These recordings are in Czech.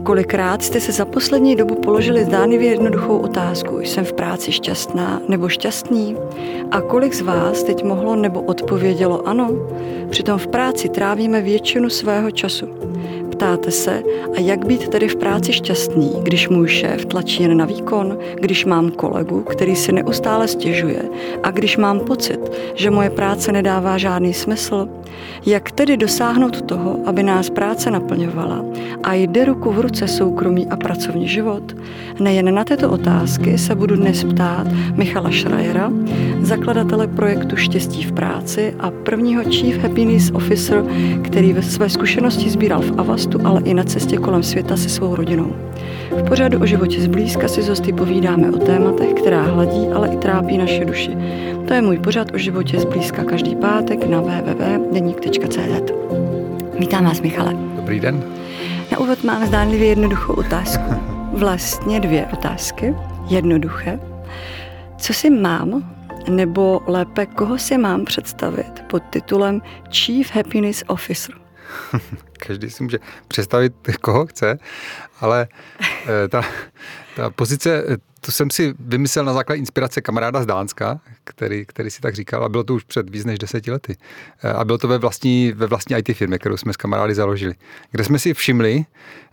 Kolikrát jste se za poslední dobu položili zdánlivě jednoduchou otázku, jsem v práci šťastná nebo šťastný? A kolik z vás teď mohlo nebo odpovědělo ano? Přitom v práci trávíme většinu svého času. Ptáte se, a jak být tedy v práci šťastný, když můj šéf tlačí jen na výkon, když mám kolegu, který si neustále stěžuje a když mám pocit, že moje práce nedává žádný smysl? Jak tedy dosáhnout toho, aby nás práce naplňovala a jde ruku v ruce soukromý a pracovní život? Nejen na této otázky se budu dnes ptát Michala Schreiera, zakladatele projektu Štěstí v práci a prvního Chief Happiness Officer, který své zkušenosti sbíral v Avastu, ale i na cestě kolem světa se svou rodinou. V pořadu o životě zblízka si s hosty povídáme o tématech, která hladí, ale i trápí naše duši. To je můj pořad o životě zblízka každý pátek na www.denik.cz. Vítám vás, Michale. Dobrý den. Na úvod mám zdánlivě jednoduchou otázku. Vlastně dvě otázky. Jednoduché. Co si mám, nebo lépe, koho si mám představit pod titulem Chief Happiness Officer? Každý si může představit, koho chce, ale ta pozice, tu jsem si vymyslel na základě inspirace kamaráda z Dánska, který si tak říkal, a bylo to už před víc než 10 lety. A bylo to ve vlastní IT firmě, kterou jsme s kamarády založili, kde jsme si všimli,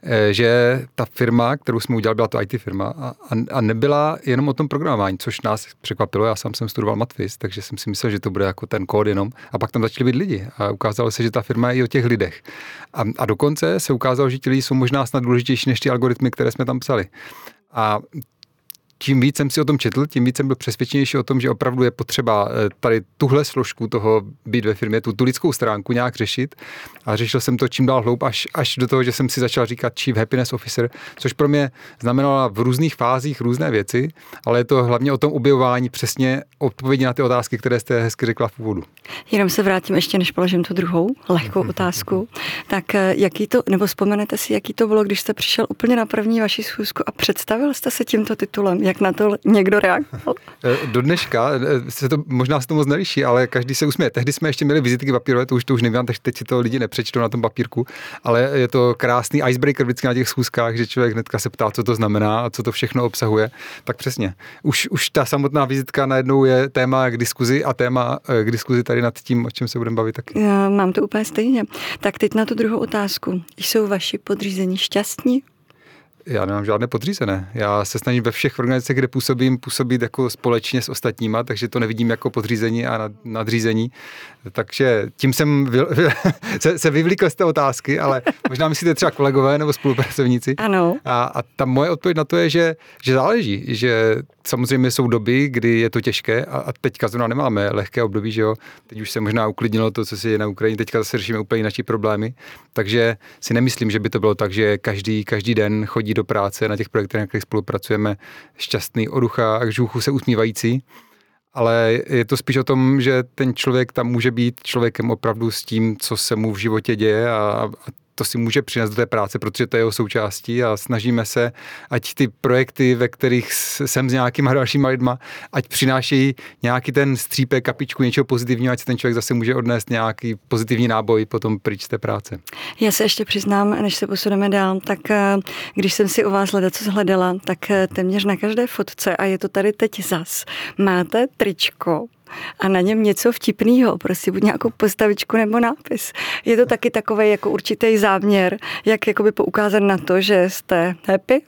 že ta firma, kterou jsme udělali, byla to IT firma a nebyla jenom o tom programování, což nás překvapilo. Já sám jsem studoval matfiz, takže jsem si myslel, že to bude jako ten kód jenom. A pak tam začali být lidi a ukázalo se, že ta firma je i o těch lidech. A dokonce se ukázalo, že ti lidi jsou možná snad důležitější než ty algoritmy, které jsme tam psali. A čím víc jsem si o tom četl, tím víc jsem byl přesvědčenější o tom, že opravdu je potřeba tady tuhle složku toho být ve firmě, tu lidskou stránku nějak řešit. A řešil jsem to čím dál hloub až do toho, že jsem si začal říkat Chief Happiness Officer, což pro mě znamenalo v různých fázích různé věci, ale je to hlavně o tom objevování přesně odpovědi na ty otázky, které jste hezky řekla v úvodu. Jenom se vrátím ještě, než položím tu druhou lehkou otázku. Tak nebo vzpomenete si, jaký to bylo, když jste přišel úplně na první vaši schůzku a představil jste se tímto titulem? Jak na to někdo reagoval? Do dneška možná se to moc neliší, ale každý se usměje. Tehdy jsme ještě měli vizitky papírové, to už nevím, takže teď si to lidi nepřečtou na tom papírku, ale je to krásný icebreaker vždycky na těch schůzkách, že člověk hnedka se ptá, co to znamená a co to všechno obsahuje. Tak přesně. Už ta samotná vizitka najednou je téma k diskuzi a téma k diskuzi tady nad tím, o čem se budeme bavit taky. Já mám to úplně stejně. Tak teď na tu druhou otázku. Jsou vaši podřízení šťastní? Já nemám žádné podřízené. Já se snažím ve všech organizacích, kde působit jako společně s ostatníma, takže to nevidím jako podřízení a nadřízení. Takže tím jsem se vyvlíkl z té otázky, ale možná myslíte třeba kolegové nebo spolupracovníci. Ano. A ta moje odpověď na to je, že záleží, že samozřejmě jsou doby, kdy je to těžké a teďka zrovna nemáme lehké období, že jo. Teď už se možná uklidnilo to, co se je na Ukrajině, teďka zase řešíme úplně jiné problémy, takže si nemyslím, že by to bylo tak, že každý den chodí do práce na těch projektech, na kterých spolupracujeme, šťastný od ucha a k žuchu se usmívající, ale je to spíš o tom, že ten člověk tam může být člověkem opravdu s tím, co se mu v životě děje a to si může přinést do té práce, protože to je jeho součástí a snažíme se, ať ty projekty, ve kterých jsem s nějakýma dalšíma lidma, ať přinášejí nějaký ten střípek, kapičku něčeho pozitivního, ať se ten člověk zase může odnést nějaký pozitivní náboj potom pryč z té práce. Já se ještě přiznám, než se posuneme dál, tak když jsem si o vás hledala, tak téměř na každé fotce, a je to tady teď zas, máte tričko a na něm něco vtipného, prostě buď nějakou postavičku nebo nápis. Je to taky takovej jako určitý záměr, jak jakoby poukázat na to, že jste happy?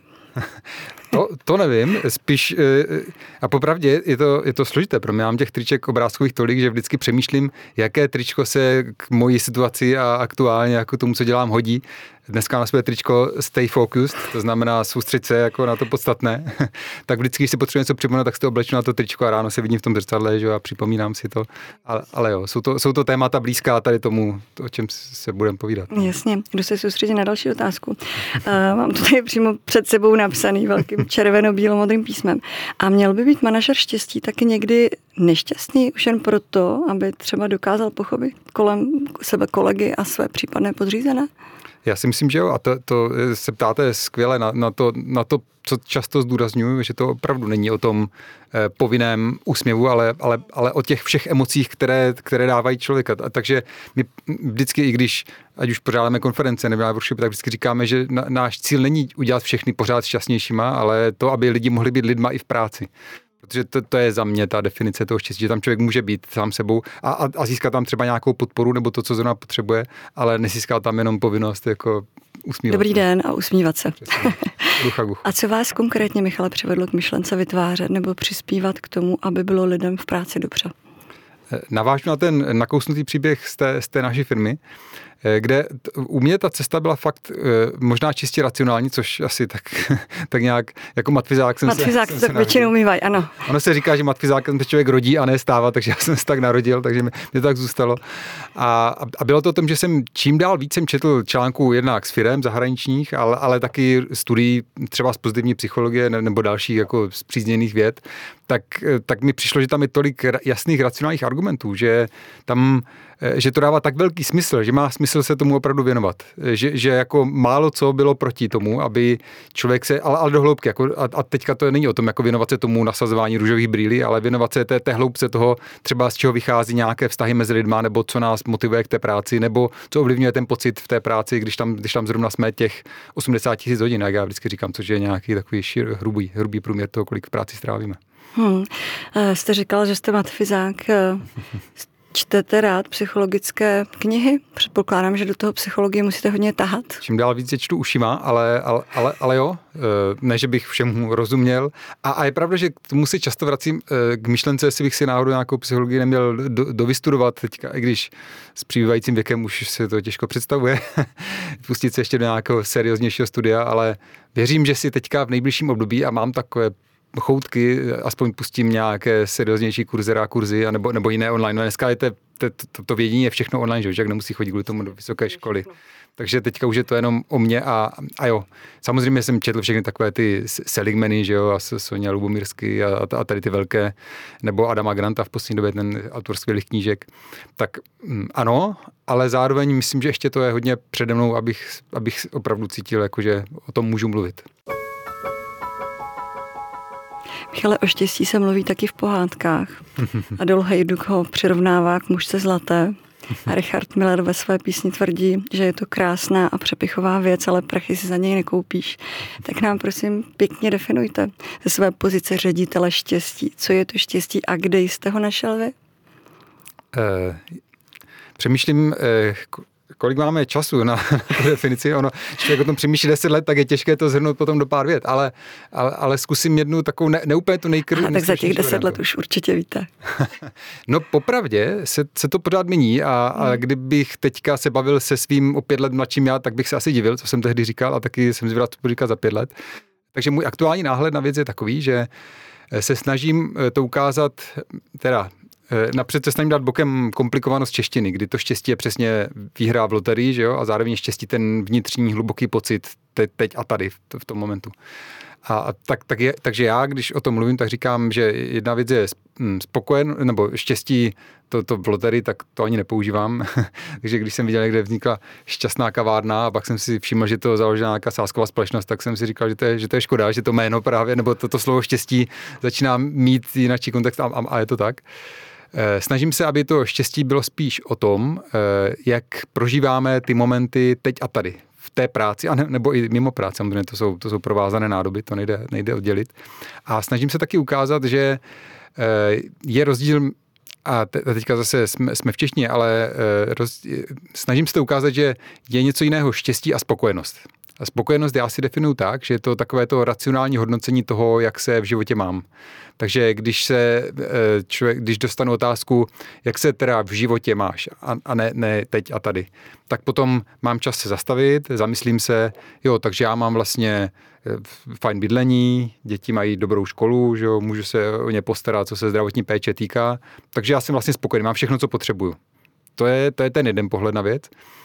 To nevím, spíš a popravdě je to složité pro mě. Mám těch triček obrázkových tolik, že vždycky přemýšlím, jaké tričko se k mojí situaci a aktuálně jako tomu, co dělám, hodí. Dneska na své tričko stay focused, to znamená soustřeď se jako na to podstatné. Tak vždycky, když si potřebuji něco připomenout, tak si to obleču na to tričko a ráno se vidím v tom zrcadle, že jo, a připomínám si to. Ale jo, jsou to témata blízká tady tomu, o čem se budeme povídat. Jasně, jdu se soustředit na další otázku. Mám to tady přímo před sebou napsaný velkým červeno-bílo-modrým písmem. A měl by být manažer štěstí taky někdy nešťastný už jen proto, aby třeba dokázal pochopit kolem sebe kolegy a své případné podřízené? Já si myslím, že jo, a to se ptáte skvěle na to, co často zdůrazňuji, že to opravdu není o tom povinném úsměvu, ale o těch všech emocích, které dávají člověka. Takže my vždycky, i když, ať už pořádáme konference nebo workshopy, tak vždycky říkáme, že náš cíl není udělat všechny pořád šťastnějšíma, ale to, aby lidi mohli být lidma i v práci. Protože to je za mě ta definice toho štěstí, že tam člověk může být sám sebou a získat tam třeba nějakou podporu nebo to, co zrovna potřebuje, ale nezíská tam jenom povinnost jako usmívat. Dobrý den a usmívat se. Ducha k duchu. A co vás konkrétně, Michale, přivedlo k myšlence vytvářet nebo přispívat k tomu, aby bylo lidem v práci dobře? Navážu na ten nakousnutý příběh z té naší firmy, kde u mě ta cesta byla fakt možná čistě racionální, což asi tak nějak jako matfizák jsem Matfizák se to tak většinou mývají, ano. Ono se říká, že matfizákem se člověk rodí a ne stává, takže já jsem se tak narodil, takže mě tak zůstalo. A bylo to o tom, že jsem čím dál víc jsem četl článků jednak z firem zahraničních, ale taky studií třeba z pozitivní psychologie nebo dalších jako spřízněných věd, tak mi přišlo, že tam je tolik jasných racionálních argumentů, že to dává tak velký smysl, že má smysl se tomu opravdu věnovat. Že jako málo co bylo proti tomu, aby člověk se, ale do hloubky, jako, a teďka to není o tom, jako věnovat se tomu nasazování růžových brýlí, ale věnovat se té hloubce toho, třeba z čeho vychází nějaké vztahy mezi lidma, nebo co nás motivuje k té práci, nebo co ovlivňuje ten pocit v té práci, když tam zrovna jsme těch 80 000 hodin, jak já vždycky říkám, což je nějaký takový hrubý průměr toho, kolik v práci strávíme. Jste říkal, že jste matfizák. Čtete rád psychologické knihy? Předpokládám, že do toho psychologie musíte hodně tahat. Čím dál víc je čtu ušima, ale jo, ne, že bych všemu rozuměl. A je pravda, že k tomu se často vracím k myšlence, jestli bych si náhodou nějakou psychologii neměl dovystudovat teďka, i když s přibývajícím věkem už se to těžko představuje, pustit se ještě do nějakého serióznějšího studia, ale věřím, že si teďka v nejbližším období a mám takové choutky, aspoň pustím nějaké serióznější kurzy, nebo jiné online. No dneska je to vědění je všechno online, že jak nemusí chodit kvůli tomu do vysoké školy. Takže teďka už je to jenom o mě a jo. Samozřejmě jsem četl všechny takové ty Seligmany, že jo, a Sonia Lubomírsky a tady ty velké, nebo Adama Granta v poslední době, ten autor skvělých knížek. Tak ano, ale zároveň myslím, že ještě to je hodně přede mnou, abych opravdu cítil, jakože o tom můžu mluvit. Michale, o štěstí se mluví taky v pohádkách. Adolf Heiduch ho přirovnává k mužce zlaté. A Richard Miller ve své písni tvrdí, že je to krásná a přepichová věc, ale prachy si za něj nekoupíš. Tak nám prosím pěkně definujte ze své pozice ředitele štěstí. Co je to štěstí a kde jste ho našel vy? Přemýšlím, kolik máme času na tu definici. Ono, když člověk o tom přemýšlí 10 let, tak je těžké to shrnout potom do pár vět, ale zkusím jednu takovou neúplně tu nejkrásnější. Tak za těch 10 let už určitě víte. No popravdě se to pořád mění a kdybych teďka se bavil se svým o 5 let mladším já, tak bych se asi divil, co jsem tehdy říkal a taky jsem zvědav, co budu říkat za 5 let. Takže můj aktuální náhled na věc je takový, že se snažím to ukázat, napřed se snažím dát bokem komplikovanost češtiny, kdy to štěstí je přesně výhra v loterii, že jo, a zároveň štěstí ten vnitřní hluboký pocit teď a tady v tom momentu. Takže já, když o tom mluvím, tak říkám, že jedna věc je spokojen, nebo štěstí, to v loterii, tak to ani nepoužívám. Takže když jsem viděl, kde vznikla šťastná kavárna a pak jsem si všiml, že to založila nějaká sázková společnost, tak jsem si říkal, že to je škoda, že to jméno právě, nebo toto slovo štěstí začíná mít jináčí kontext a je to tak. Snažím se, aby to štěstí bylo spíš o tom, jak prožíváme ty momenty teď a tady, v té práci, nebo i mimo práci, samozřejmě to jsou provázané nádoby, to nejde oddělit. A snažím se taky ukázat, že je rozdíl, a teďka zase jsme v češtině, ale snažím se to ukázat, že je něco jiného štěstí a spokojenost. A spokojenost já si definuju tak, že je to takové to racionální hodnocení toho, jak se v životě mám. Takže když dostanu otázku, jak se teda v životě máš a ne teď a tady, tak potom mám čas se zastavit, zamyslím se, takže já mám vlastně fajn bydlení, děti mají dobrou školu, že jo, můžu se o ně postarat, co se zdravotní péče týká, takže já jsem vlastně spokojený, mám všechno, co potřebuju. To je ten jeden pohled na věc.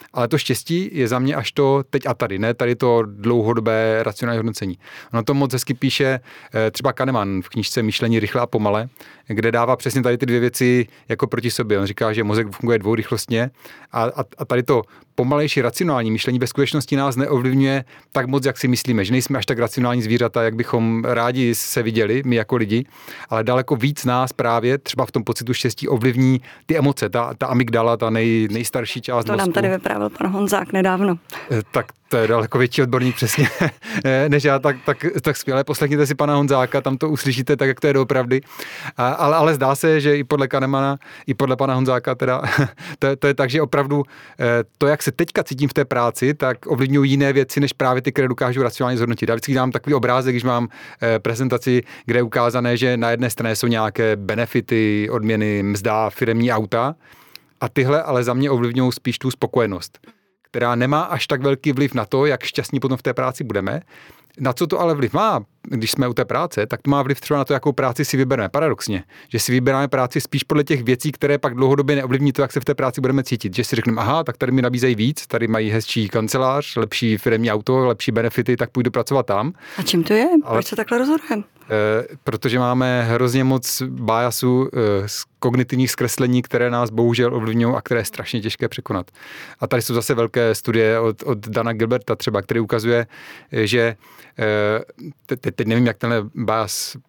Ale to štěstí je za mě až to teď a tady, ne tady to dlouhodobé racionální hodnocení. Ono to moc hezky píše třeba Kahneman v knížce Myšlení rychle a pomale, kde dává přesně tady ty dvě věci jako proti sobě. On říká, že mozek funguje dvourychlostně a tady to pomalejší racionální myšlení ve skutečnosti nás neovlivňuje tak moc, jak si myslíme, že nejsme až tak racionální zvířata, jak bychom rádi se viděli, my jako lidi, ale daleko víc nás právě třeba v tom pocitu štěstí ovlivní ty emoce, ta amygdala, ta nejstarší část mozku. To nám tady vyprávěl pan Honzák nedávno. Tak to je daleko větší odborník přesně než já, tak skvěle. Poslechněte si pana Honzáka, tam to uslyšíte tak, jak to je doopravdy. Ale zdá se, že i podle Kahnemana, i podle pana Honzáka teda, to je tak, že opravdu to, jak se teďka cítím v té práci, tak ovlivňují jiné věci, než právě ty, které dokážu racionálně zhodnotit. Já vždycky dám takový obrázek, když mám prezentaci, kde je ukázané, že na jedné straně jsou nějaké benefity, odměny, mzda, firemní auta a tyhle ale za mě ovlivňují spíš tu spokojenost, která nemá až tak velký vliv na to, jak šťastní potom v té práci budeme. Na co to ale vliv má, když jsme u té práce, tak to má vliv třeba na to, jakou práci si vybereme. Paradoxně, že si vyberáme práci spíš podle těch věcí, které pak dlouhodobě neovlivní to, jak se v té práci budeme cítit. Že si řekneme, aha, tak tady mi nabízejí víc, tady mají hezčí kancelář, lepší firemní auto, lepší benefity, tak půjdu pracovat tam. A čím to je? Proč se takhle rozhodujeme? Protože máme hrozně moc biasů z kognitivních zkreslení, které nás bohužel ovlivňují a které je strašně těžké překonat. A tady jsou zase velké studie od Dana Gilberta třeba, který ukazuje, že teď nevím, jak tenhle bias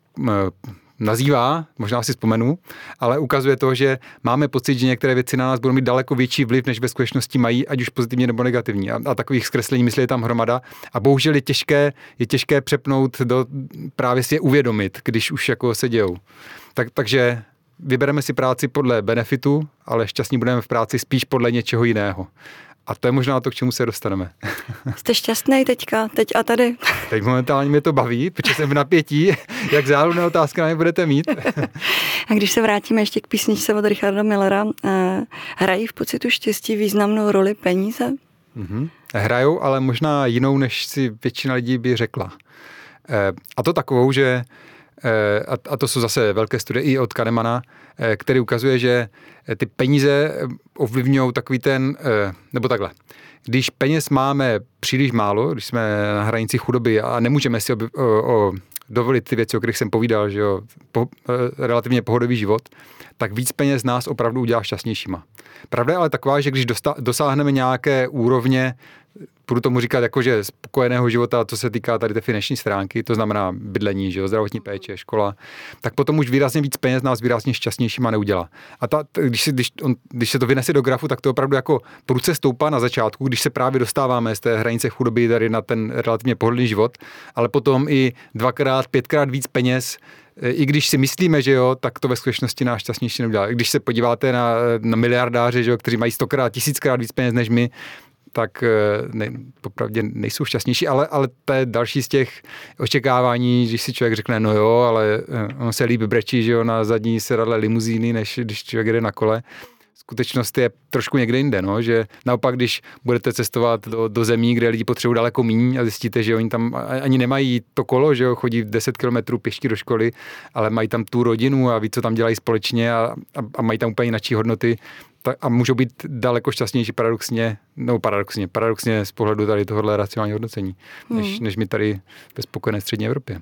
nazývá, možná si vzpomenu, ale ukazuje to, že máme pocit, že některé věci na nás budou mít daleko větší vliv, než ve skutečnosti mají, ať už pozitivně nebo negativní. A takových zkreslení mysli je tam hromada. A bohužel je těžké přepnout právě si je uvědomit, když už jako se dějou. Takže vybereme si práci podle benefitu, ale šťastní budeme v práci spíš podle něčeho jiného. A to je možná to, k čemu se dostaneme. Jste šťastný teďka, teď a tady? Teď momentálně mě to baví, protože jsem v napětí, jak záludné otázky na mě budete mít. A když se vrátíme ještě k písničce od Richarda Millera, hrají v pocitu štěstí významnou roli peníze? Hrajou, ale možná jinou, než si většina lidí by řekla. A to takovou, že a to jsou zase velké studie i od Kahnemana, který ukazuje, že ty peníze ovlivňují takový nebo takhle. Když peněz máme příliš málo, když jsme na hranici chudoby a nemůžeme si dovolit ty věci, o kterých jsem povídal, že jo, relativně pohodový život, tak víc peněz nás opravdu udělá šťastnějšíma. Pravda je ale taková, že když dosáhneme nějaké úrovně, budu tomu říkat jakože spokojeného života, co se týká tady té finanční stránky, to znamená bydlení, že jo, zdravotní péče, škola, tak potom už výrazně víc peněz nás výrazně šťastnějšíma neudělá. A když se to vynese do grafu, tak to opravdu jako prudce stoupá na začátku, když se právě dostáváme z té hranice chudoby tady na ten relativně pohodlný život, ale potom i 2x, 5x víc peněz, i když si myslíme, že jo, tak to ve skutečnosti nás šťastnější neudělá. Když se podíváte na miliardáře, že jo, kteří mají 100x, 1000x víc peněz než my, tak popravdě nejsou šťastnější, ale to je další z těch očekávání, když si člověk řekne, no jo, ale on se líbí brečí, že jo, na zadní sedadle limuzíny, než když člověk jede na kole. Skutečnost je trošku někde jinde, no, že naopak, když budete cestovat do zemí, kde lidi potřebují daleko míň a zjistíte, že oni tam ani nemají to kolo, že jo, chodí 10 kilometrů pěšky do školy, ale mají tam tu rodinu a ví, co tam dělají společně a mají tam úplně jináčí hodnoty a můžou být daleko šťastnější paradoxně z pohledu tady tohohle racionálního hodnocení, než my tady ve spokojené střední Evropě.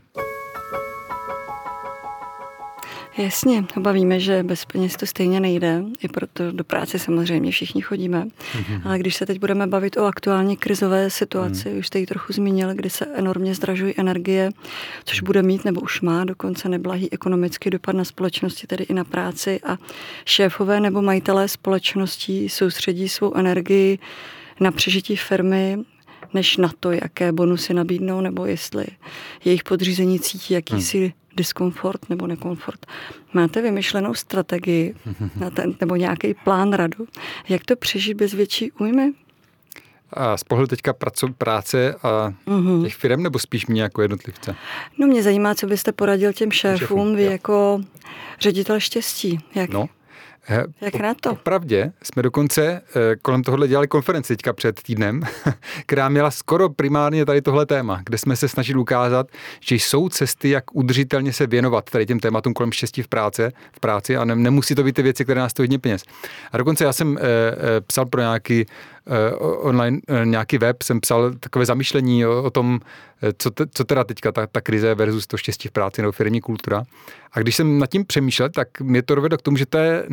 Jasně, obavíme, že bez peněz to stejně nejde, i proto do práce samozřejmě všichni chodíme. Ale když se teď budeme bavit o aktuální krizové situaci, už jste ji trochu zmínil, kdy se enormně zdražují energie, což bude mít nebo už má dokonce neblahý ekonomický dopad na společnosti, tedy i na práci, a šéfové nebo majitelé společností soustředí svou energii na přežití firmy, než na to, jaké bonusy nabídnou, nebo jestli jejich podřízení cítí jakýsi diskomfort nebo nekomfort. Máte vymyšlenou strategii na nebo nějaký plán radu, jak to přežít bez větší újmy? A z pohledu teďka práce a těch firem, nebo spíš mě jako jednotlivce? No, mě zajímá, co byste poradil těm šéfům, vy jako ředitel štěstí. Jak? No, Jak na to? Popravdě jsme dokonce kolem tohohle dělali konferenci teďka před týdnem, která měla skoro primárně tady tohle téma, kde jsme se snažili ukázat, že jsou cesty, jak udržitelně se věnovat tady těm tématům kolem štěstí v práci a nemusí to být ty věci, které nás stojí hodně peněz. A dokonce já jsem psal pro nějaký online nějaký web, jsem psal takové zamýšlení o tom, co teda teďka ta krize versus to štěstí v práci nebo firemní kultura. A když jsem nad tím přemýšlel, tak mě to dovedlo k tomu, že to je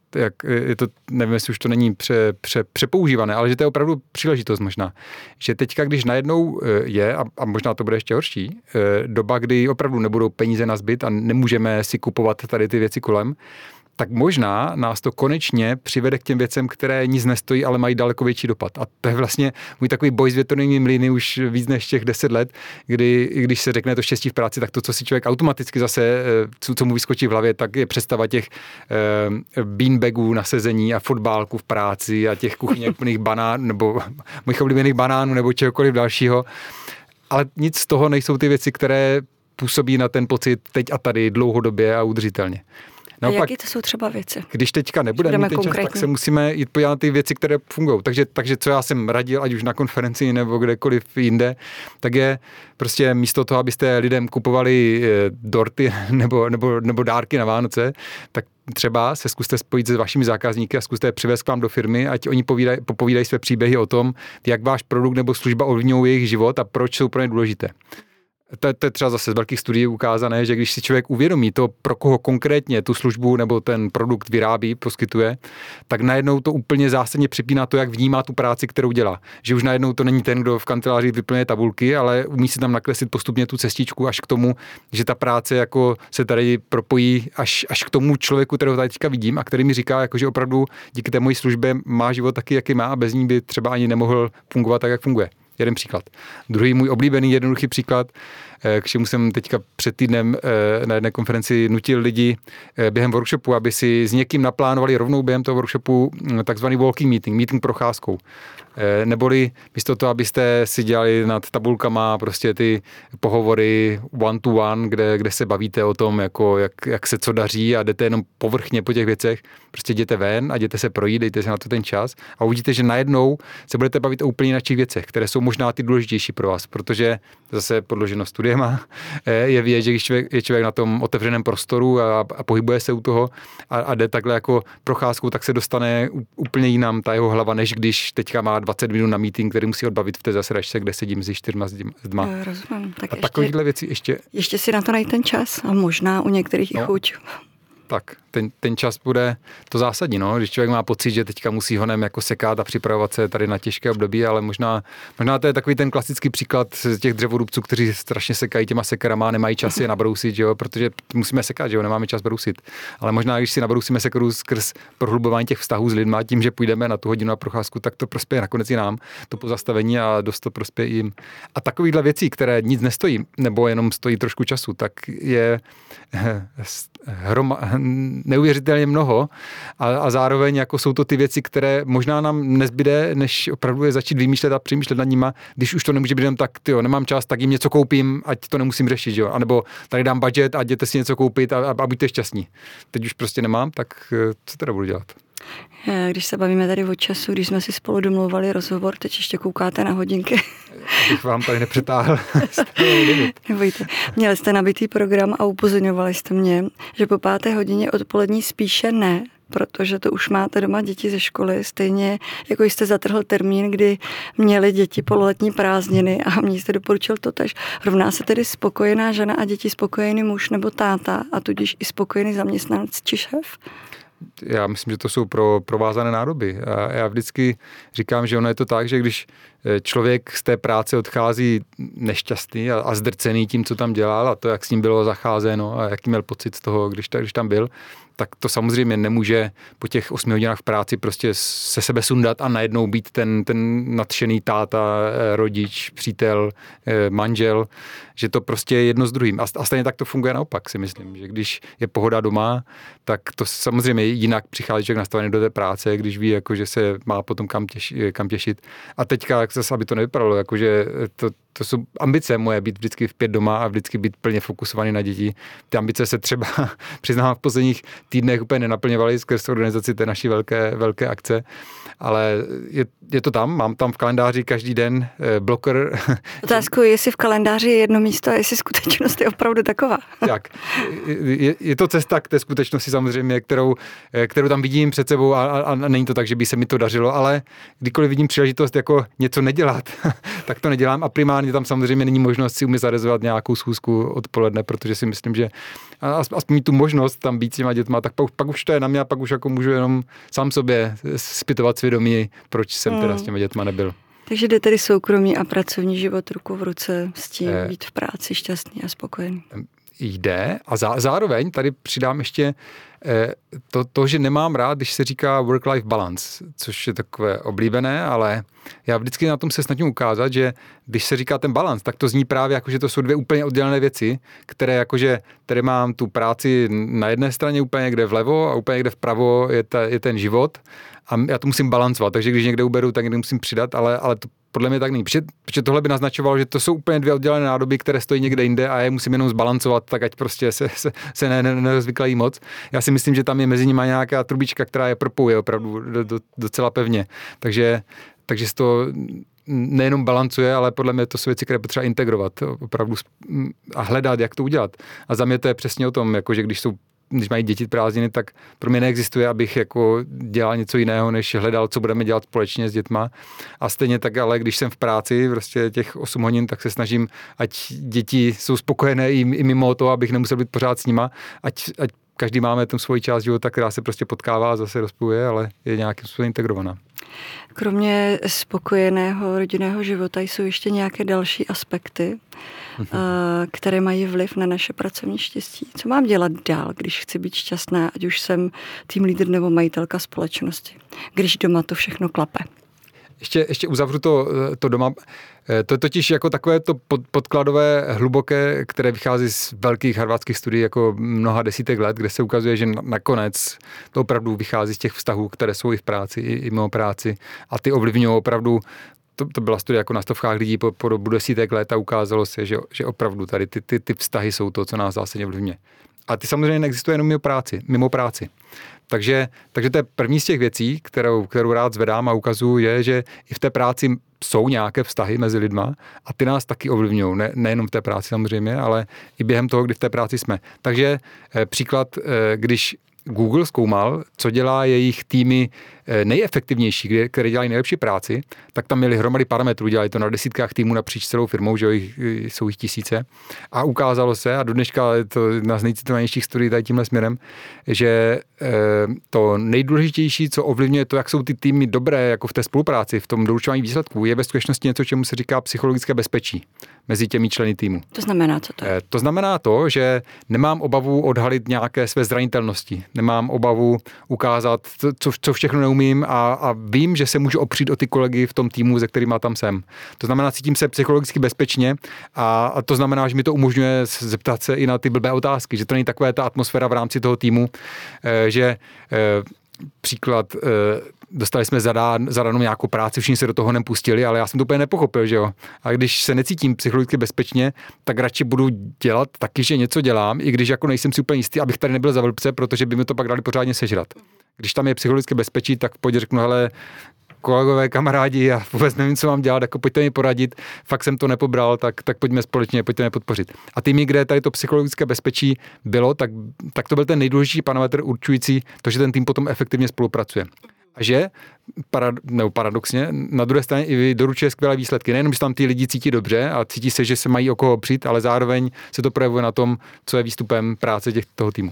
to, nevím, jestli už to není přepoužívané, ale že to je opravdu příležitost možná. Že teďka, když najednou je, a možná to bude ještě horší, doba, kdy opravdu nebudou peníze na zbyt a nemůžeme si kupovat tady ty věci kolem, tak možná nás to konečně přivede k těm věcem, které nic nestojí, ale mají daleko větší dopad. A to je vlastně můj takový boj s větrnými mlýny už víc než těch 10 let, když se řekne to štěstí v práci, tak to, co si člověk automaticky zase, co mu vyskočí v hlavě, tak je představa těch beanbagů na sezení a fotbálku v práci a těch kuchyněk plných banánů, nebo mých oblíbených banánů, nebo čehokoliv dalšího. Ale nic z toho nejsou ty věci, které působí na ten pocit teď a tady dlouhodobě a udržitelně. A jaký to jsou třeba věci? Když teďka nebudeme mít ten čas, tak se musíme jít podívat na ty věci, které fungují. Takže co já jsem radil, ať už na konferenci nebo kdekoliv jinde, tak je prostě místo toho, abyste lidem kupovali dorty nebo dárky na Vánoce, tak třeba se zkuste spojit se vašimi zákazníky a zkuste je přivést k vám do firmy, ať oni popovídají své příběhy o tom, jak váš produkt nebo služba ovlivňují jejich život a proč jsou pro ně důležité. To je třeba zase z velkých studií ukázané, že když si člověk uvědomí to, pro koho konkrétně tu službu nebo ten produkt vyrábí, poskytuje, tak najednou to úplně zásadně připíná to, jak vnímá tu práci, kterou dělá. Že už najednou to není ten, kdo v kanceláři vyplňuje tabulky, ale umí si tam nakreslit postupně tu cestičku až k tomu, že ta práce jako se tady propojí až k tomu člověku, kterého tady teďka vidím a který mi říká, jako, že opravdu díky té mojí službě má život taky, jaký má a bez ní by třeba ani nemohl fungovat tak, jak funguje. Jeden příklad. Druhý můj oblíbený jednoduchý příklad, k čemu jsem teďka před týdnem na jedné konferenci nutil lidi během workshopu, aby si s někým naplánovali rovnou během toho workshopu takzvaný walking meeting procházkou. Neboli místo toho, abyste si dělali nad tabulkama prostě ty pohovory one to one, kde se bavíte o tom, jako jak se co daří a jdete jenom povrchně po těch věcech, prostě jděte ven a jděte se projít, dejte si na to ten čas a uvidíte, že najednou se budete bavit o úplně jiných věcech, které jsou možná ty důležitější pro vás, protože zase podloženo studiema je vidět, že když je člověk na tom otevřeném prostoru a pohybuje se u toho a jde takhle jako procházkou, tak se dostane úplně jinam ta jeho hlava, než když teďka má 20 minut na meeting, který musí odbavit v té zasedačce, kde sedím se 4 zdma. Rozumím. Tak a takovýhle věci ještě... Ještě si na to najít ten čas a možná u některých i chuť. Tak, ten čas bude to zásadní, no. Když člověk má pocit, že teďka musí honem jako sekat a připravovat se tady na těžké období, ale možná to je takový ten klasický příklad z těch dřevorubců, kteří strašně sekají těma sekerama, nemají čas je nabrousit, že jo, protože musíme sekat, že jo, nemáme čas brousit. Ale možná, když si nabrousíme sekeru skrz prohlubování těch vztahů s lidma, tím, že půjdeme na tu hodinu na procházku, tak to prospěje nakonec i nám, to pozastavení a dost to prospěje jim. A takovýhle věcí, které nic nestojí, nebo jenom stojí trošku času, tak je neuvěřitelně mnoho a zároveň jako jsou to ty věci, které možná nám nezbyde, než opravdu je začít vymýšlet a přemýšlet nad nima, když už to nemůže být jenom tak, nemám čas, tak jim něco koupím, ať to nemusím řešit, jo, anebo tady dám budget a jděte si něco koupit a buďte šťastní. Teď už prostě nemám, tak co teda budu dělat? Když se bavíme tady o času, když jsme si spolu domlouvali rozhovor, teď ještě koukáte na hodinky. Abych vám tady nepřetáhl. Nebojte. Měli jste nabitý program a upozorňovali jste mě, že po 5. hodině odpolední spíše ne, protože to už máte doma děti ze školy, stejně jako jste zatrhl termín, kdy měli děti pololetní prázdniny a mě jste doporučil totéž. Rovná se tedy spokojená žena a děti spokojený muž nebo táta a tudíž i spokojený zaměstnanec či šéf? Já myslím, že to jsou provázané nádoby. A já vždycky říkám, že ono je to tak, že když člověk z té práce odchází nešťastný a zdrcený tím, co tam dělal a to, jak s ním bylo zacházeno a jaký měl pocit z toho, když tam byl, tak to samozřejmě nemůže po těch 8 hodinách v práci prostě se sebe sundat a najednou být ten nadšený táta, rodič, přítel, manžel, že to prostě je jedno s druhým. A stejně tak to funguje naopak, si myslím, že když je pohoda doma, tak to samozřejmě jinak přichází člověk nastavený do té práce, když ví, jako, že se má potom kam těšit. A teďka, zase, aby to nevypadalo, jako, že to jsou ambice moje, být vždycky v 5 doma a vždycky být plně fokusovaný na děti. Ty ambice se třeba, přiznám, v posledních týdnech úplně nenaplňovaly skrz organizaci té naší velké akce, ale je to tam, mám tam v kalendáři každý den bloker. Otázku je, jestli v kalendáři je jedno místo a jestli skutečnost je opravdu taková. Tak, je to cesta k té skutečnosti samozřejmě, kterou tam vidím před sebou a není to tak, že by se mi to dařilo, ale kdykoliv vidím příležitost jako něco nedělat, tak to nedělám a primárně tam samozřejmě není možnost si umět zarezovat nějakou schůzku odpoledne, protože si myslím, že aspoň mít tu možnost tam být s těma dětma, tak pak už to je na mě a pak už jako můžu jenom sám sobě zpytovat svědomí, proč jsem teda s těma dětma nebyl. Takže jde tedy soukromý a pracovní život ruku v ruce s tím být v práci šťastný a spokojený. Jde a zároveň tady přidám ještě to, že nemám rád, když se říká work-life balance, což je takové oblíbené, ale já vždycky na tom se snažím ukázat, že když se říká ten balans, tak to zní právě jako, že to jsou 2 úplně oddělené věci, které jakože tady mám tu práci na jedné straně úplně někde vlevo a úplně někde vpravo je ten život a já to musím balancovat, takže když někde uberu, tak někde musím přidat, ale to podle mě tak není, protože tohle by naznačovalo, že to jsou úplně 2 oddělené nádoby, které stojí někde jinde a je musím jenom zbalancovat, tak ať prostě se nerozvyklají moc. Já si myslím, že tam je mezi nimi nějaká trubička, která je propojuje opravdu docela pevně. Takže se to nejenom balancuje, ale podle mě to jsou věci, které potřeba integrovat opravdu a hledat, jak to udělat. A za mě to je přesně o tom, jako, že když mají děti prázdniny, tak pro mě neexistuje, abych jako dělal něco jiného, než hledal, co budeme dělat společně s dětma. A stejně tak, ale když jsem v práci, prostě těch 8 hodin, tak se snažím, ať děti jsou spokojené i mimo to, abych nemusel být pořád s nima, ať každý máme tu svoji část života, která se prostě potkává a zase rozpojuje, ale je nějakým způsobem integrovaná. Kromě spokojeného rodinného života jsou ještě nějaké další aspekty, které mají vliv na naše pracovní štěstí. Co mám dělat dál, když chci být šťastná, ať už jsem tým lídr nebo majitelka společnosti, když doma to všechno klape? Ještě uzavřu to doma. To je totiž jako takové to podkladové hluboké, které vychází z velkých harvardských studií jako mnoha desítek let, kde se ukazuje, že nakonec to opravdu vychází z těch vztahů, které jsou i v práci, i mimo práci a ty ovlivňují opravdu. To byla studie jako na stovkách lidí po dobu desítek let a ukázalo se, že opravdu tady ty vztahy jsou to, co nás zásadně ovlivňuje. A ty samozřejmě neexistuje jenom mimo práci. Takže to je první z těch věcí, kterou rád zvedám a ukazuju, je, že i v té práci jsou nějaké vztahy mezi lidma a ty nás taky ovlivňují. Nejenom v té práci samozřejmě, ale i během toho, kdy v té práci jsme. Takže příklad, když Google zkoumal, co dělá jejich týmy nejefektivnější, které dělají nejlepší práci, tak tam měli hromady parametrů, dělají to na desítkách týmů napříč celou firmou, že jsou jich tisíce. A ukázalo se, a do dneška je to jedna z nejcitovanějších studií tady tímhle směrem, že to nejdůležitější, co ovlivňuje to, jak jsou ty týmy dobré jako v té spolupráci, v tom doručování výsledků, je ve skutečnosti něco, čemu se říká psychologické bezpečí mezi těmi členy týmu. To znamená, co to je? To znamená to, že nemám obavu odhalit nějaké své zranitelnosti, nemám obavu ukázat, co všechno neumím a vím, že se můžu opřít o ty kolegy v tom týmu, ze kterými tam jsem. To znamená, cítím se psychologicky bezpečně a to znamená, že mi to umožňuje zeptat se i na ty blbé otázky, že to není taková ta atmosféra v rámci toho týmu, že příklad, dostali jsme zadanou nějakou práci, všichni se do toho nepustili, ale já jsem to úplně nepochopil, že jo. A když se necítím psychologicky bezpečně, tak radši budu dělat taky, že něco dělám, i když jako nejsem si úplně jistý, abych tady nebyl za vlpce, protože by mi to pak dali pořádně sežrat. Když tam je psychologické bezpečí, tak pojď řeknu, hele, kolegové, kamarádi, já vůbec nevím, co mám dělat, jako pojďte mi poradit, fakt jsem to nepobral, tak pojďme společně, pojďte mě podpořit. A týmy, kde tady to psychologické bezpečí bylo, tak to byl ten nejdůležitější parametr určující to, že ten tým potom efektivně spolupracuje. A že, paradoxně, na druhé straně i doručuje skvělé výsledky. Nejenom, že tam ty lidi cítí dobře a cítí se, že se mají o koho opřít, ale zároveň se to projevuje na tom, co je výstupem práce toho týmu.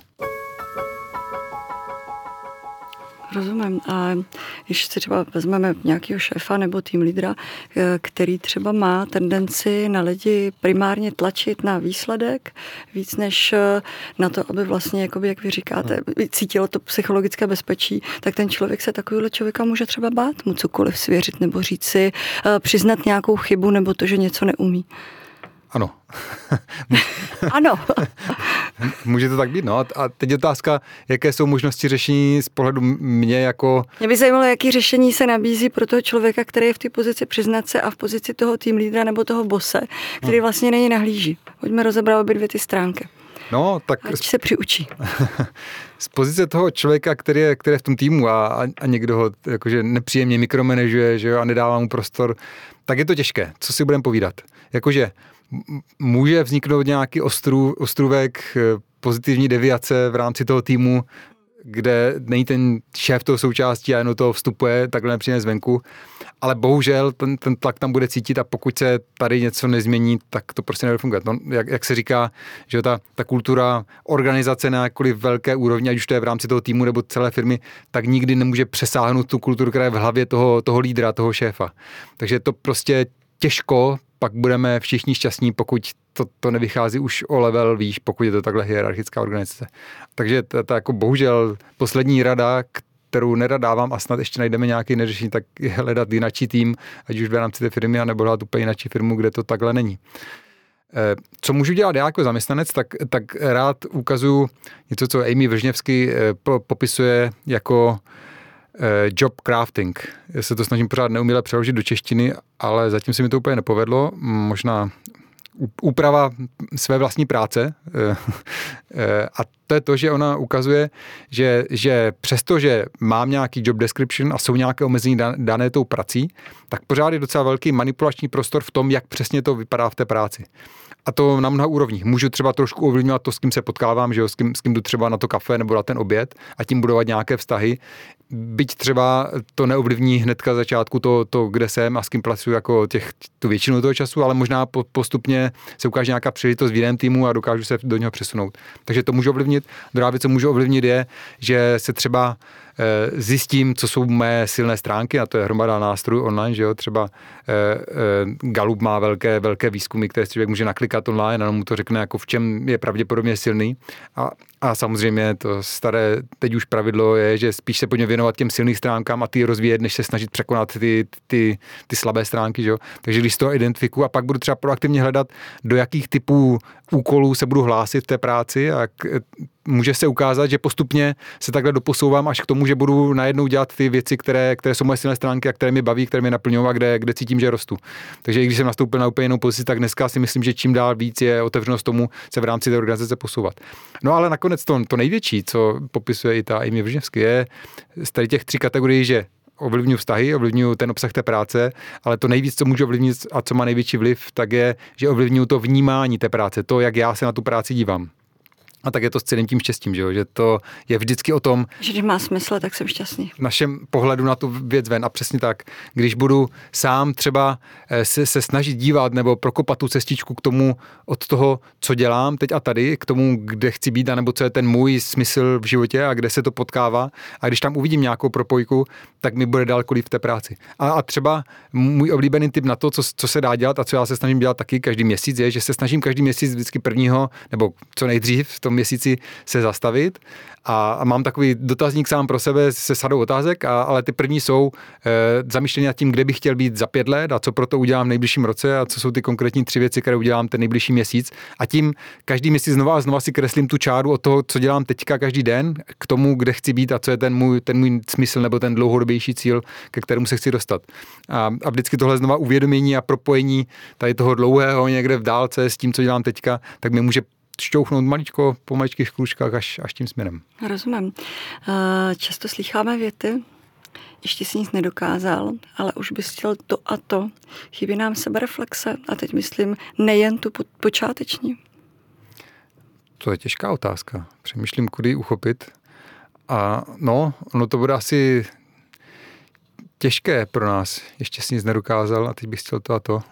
Rozumím. A když si třeba vezmeme nějakého šéfa nebo tým lídra, který třeba má tendenci na lidi primárně tlačit na výsledek, víc než na to, aby vlastně, jakoby, jak vy říkáte, cítilo to psychologické bezpečí, tak ten člověk se takovýhle člověka může třeba bát mu cokoliv svěřit nebo říct si, přiznat nějakou chybu nebo to, že něco neumí. Ano. Ano. Může to tak být, no. A teď je otázka, jaké jsou možnosti řešení z pohledu mě jako... Mě by zajímalo, jaký řešení se nabízí pro toho člověka, který je v té pozici přiznat se a v pozici toho tým lídra nebo toho bose, který vlastně není nahlíží. Pojďme rozebrat obě dvě ty stránky. No, tak... Ať se přiučí. Z pozice toho člověka, který je v tom týmu a někdo ho jakože nepříjemně mikromanaguje, že jo, a nedává mu prostor, tak je to těžké. Co si budeme povídat? Jakože může vzniknout nějaký ostrůvek pozitivní deviace v rámci toho týmu, kde není ten šéf toho součástí a jenom toho vstupuje takhle nepříjemně zvenku, ale bohužel ten tlak tam bude cítit a pokud se tady něco nezmění, tak to prostě nebude fungovat. No, jak se říká, že ta kultura organizace na jakkoliv velké úrovni, ať už to je v rámci toho týmu nebo celé firmy, tak nikdy nemůže přesáhnout tu kulturu, která je v hlavě toho lídra, toho šéfa. Takže to prostě těžko, pak budeme všichni šťastní, pokud to nevychází už o level výš, pokud je to takhle hierarchická organizace. Takže to jako bohužel poslední rada, kterou nerad dávám a snad ještě najdeme nějaký neřešení, tak je hledat jinačí tým, ať už v rámci té firmy, anebo hledat úplně jinačí firmu, kde to takhle není. Co můžu dělat já jako zaměstnanec, tak rád ukazuju něco, co Amy Vržněvsky popisuje jako job crafting. Já se to snažím pořád neuměle přeložit do češtiny, ale zatím se mi to úplně nepovedlo. Možná úprava své vlastní práce. A to je to, že ona ukazuje, že přesto, že mám nějaký job description a jsou nějaké omezení dané tou prací, tak pořád je docela velký manipulační prostor v tom, jak přesně to vypadá v té práci. A to na mnoha úrovních. Můžu třeba trošku ovlivňovat to, s kým se potkávám, že jo, s kým jdu třeba na to kafe nebo na ten oběd a tím budovat nějaké vztahy. Byť třeba to neovlivní hnedka začátku to, kde jsem a s kým pracuji jako tu většinu toho času, ale možná postupně se ukáže nějaká příležitost v jiném týmu a dokážu se do něho přesunout. Takže to můžu ovlivnit. Druhá věc, co můžu ovlivnit, je, že se třeba zjistím, co jsou mé silné stránky, a to je hromada nástrojů online, že jo, třeba Gallup má velké výzkumy, které si člověk může naklikat online a mu to řekne, jako v čem je pravděpodobně silný. A samozřejmě to staré teď už pravidlo je, že spíš se pojďme věnovat těm silným stránkám a ty rozvíjet, než se snažit překonat ty slabé stránky, že jo. Takže když to identifikuju a pak budu třeba proaktivně hledat, do jakých typů úkolů se budu hlásit v té práci a může se ukázat, že postupně se takhle doposouvám až k tomu, že budu najednou dělat ty věci, které jsou moje silné stránky a které mě baví, které mě naplňují a kde cítím, že rostu. Takže i když jsem nastoupil na úplně jinou pozici, tak dneska si myslím, že čím dál víc je otevřenost tomu se v rámci té organizace posouvat. No ale nakonec to největší, co popisuje i ta Amy Vržněvsky, je z tady těch 3 kategorií, že ovlivňuji vztahy, ovlivňuji ten obsah té práce, ale to nejvíc, co můžu ovlivnit a co má největší vliv, tak je, že ovlivňuji to vnímání té práce, to, jak já se na tu práci dívám. A tak je to s celým tím štěstím, že to je vždycky o tom, že když má smysl, tak jsem šťastný. V našem pohledu na tu věc ven a přesně tak, když budu sám třeba se snažit dívat nebo prokopat tu cestičku k tomu od toho, co dělám teď a tady, k tomu, kde chci být, nebo co je ten můj smysl v životě a kde se to potkává a když tam uvidím nějakou propojku, tak mi bude daleko líp v té práci. A třeba můj oblíbený tip na to, co se dá dělat a co já se snažím dělat taky každý měsíc, je, že se snažím každý měsíc vždycky prvního nebo co nejdřív v tom měsíci se zastavit a mám takový dotazník sám pro sebe se sadou otázek, ale ty první jsou zamýšlení nad tím, kde bych chtěl být za 5 let a co pro to udělám v nejbližším roce a co jsou ty konkrétní 3 věci, které udělám ten nejbližší měsíc a tím každý měsíc znova a znova si kreslím tu čáru od toho, co dělám teďka každý den k tomu, kde chci být a co je ten můj smysl nebo ten dlouhodobější cíl, ke kterému se chci dostat. A vždycky tohle znova uvědomění a propojení tady toho dlouhého někde v dálce s tím, co dělám teďka, tak mi může šťouchnout maličko po maličkých krůčkách až tím směrem. Rozumím. Často slýcháme věty, ještě si nic nedokázal, ale už bys chtěl to a to. Chybí nám sebereflexe a teď myslím nejen tu počáteční. To je těžká otázka. Přemýšlím, kudy ji uchopit. A ono to bude asi těžké pro nás. Ještě si nic nedokázal a teď bych chtěl to a to.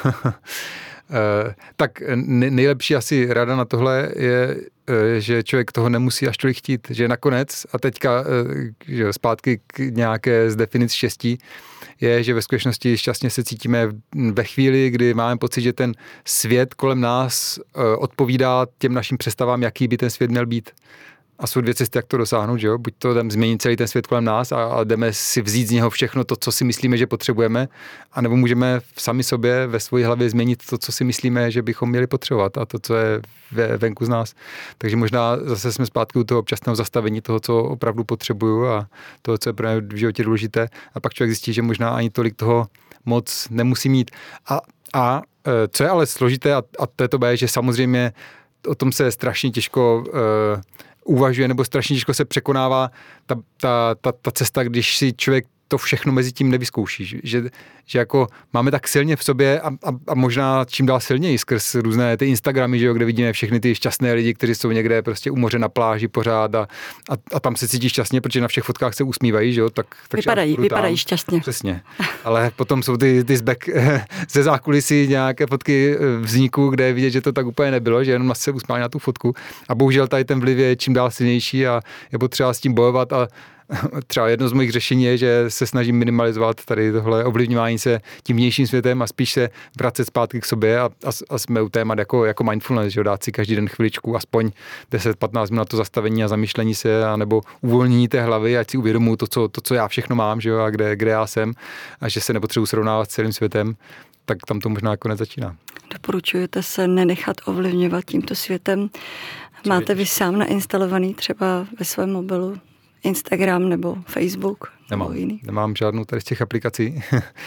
Tak nejlepší asi rada na tohle je, že člověk toho nemusí až tolik chtít, že nakonec, a teďka že zpátky k nějaké z definic štěstí, je, že ve skutečnosti šťastně se cítíme ve chvíli, kdy máme pocit, že ten svět kolem nás odpovídá těm našim představám, jaký by ten svět měl být. A jsou dvě cesty, jak to dosáhnout, že jo? Buď to jdeme změnit celý ten svět kolem nás a jdeme si vzít z něho všechno to, co si myslíme, že potřebujeme, anebo můžeme sami sobě ve své hlavě změnit to, co si myslíme, že bychom měli potřebovat a to, co je venku z nás. Takže možná zase jsme zpátky u toho občasného zastavení toho, co opravdu potřebuju a toho, co je pro mě v životě důležité. A pak člověk zjistí, že možná ani tolik toho moc nemusí mít. A co je ale složité, a to je to B, že samozřejmě o tom se strašně těžko uvažuje, nebo strašně těžko se překonává ta cesta, když si člověk to všechno mezi tím nevyzkouší. Že jako máme tak silně v sobě a možná čím dál silněji skrz různé ty Instagramy, že jo, kde vidíme všechny ty šťastné lidi, kteří jsou někde prostě u moře na pláži pořád a tam se cítí šťastně, protože na všech fotkách se usmívají, že jo, tak vypadají šťastně. Přesně. Ale potom jsou ty ze zákulisí nějaké fotky vzniku, kde je vidět, že to tak úplně nebylo, že jenom se usmívali na tu fotku. A bohužel tady ten vliv je čím dál silnější a je potřeba s tím bojovat a třeba jedno z mojich řešení je, že se snažím minimalizovat tady tohle ovlivňování se tím vnějším světem a spíš se vracet zpátky k sobě a jsme u témat jako mindfulness, že dát si každý den chviličku, aspoň 10-15 minut na to zastavení a zamýšlení se, anebo uvolnění té hlavy, ať si uvědomuji to, co já všechno mám, že jo, a kde já jsem a že se nepotřebuji srovnávat s celým světem, tak tam to možná jako nezačíná. Doporučujete se nenechat ovlivňovat tímto světem? Máte vy sám nainstalovaný třeba ve svém mobilu Instagram nebo Facebook? Nemám žádnou tady z těch aplikací.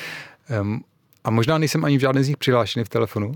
A možná nejsem ani v žádné z nich přihlášený v telefonu.